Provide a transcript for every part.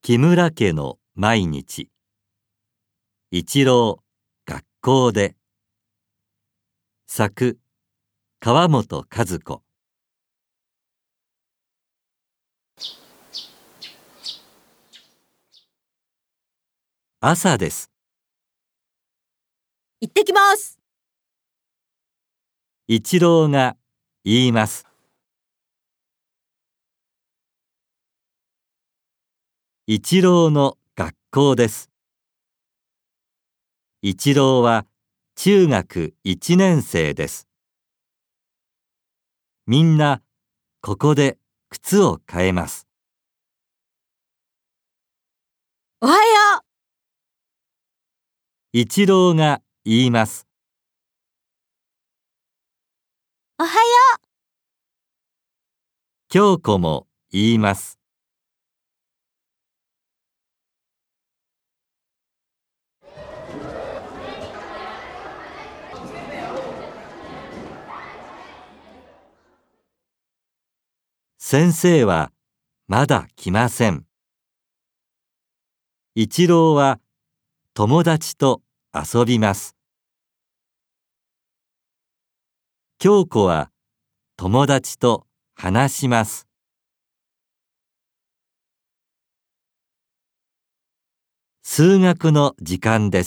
木村家の毎日。一郎、学校で。作、川本和子。朝です。 行ってきます。 一郎が言います。一郎の学校です。一郎は中学1年生です。みんなここで靴を変えます。 おはよう。 一郎が言います。 おはよう。 京子も言います。先生はまだ来ません。一郎は友達と遊びます。京子は友達と話します。数学の時間です。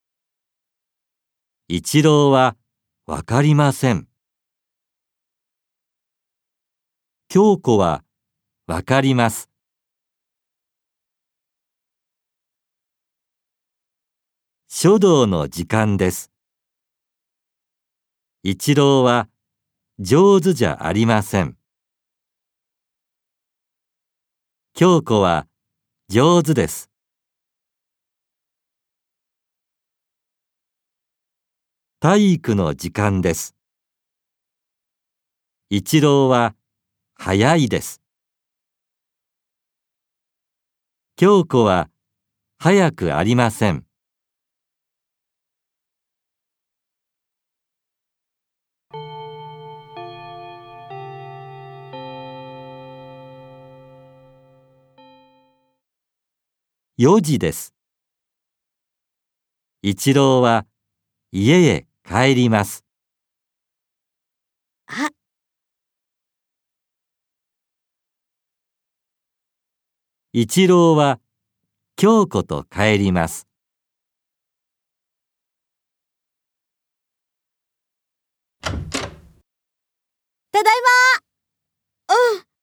一郎はわかりません。京子はわかります。書道の時間です。一郎は上手じゃありません。京子は上手です。体育の時間です。一郎は早いです。京子は早くありません。4時です。一郎は家へ帰ります。 あ、 一郎は京子と帰ります。 ただいま。うん。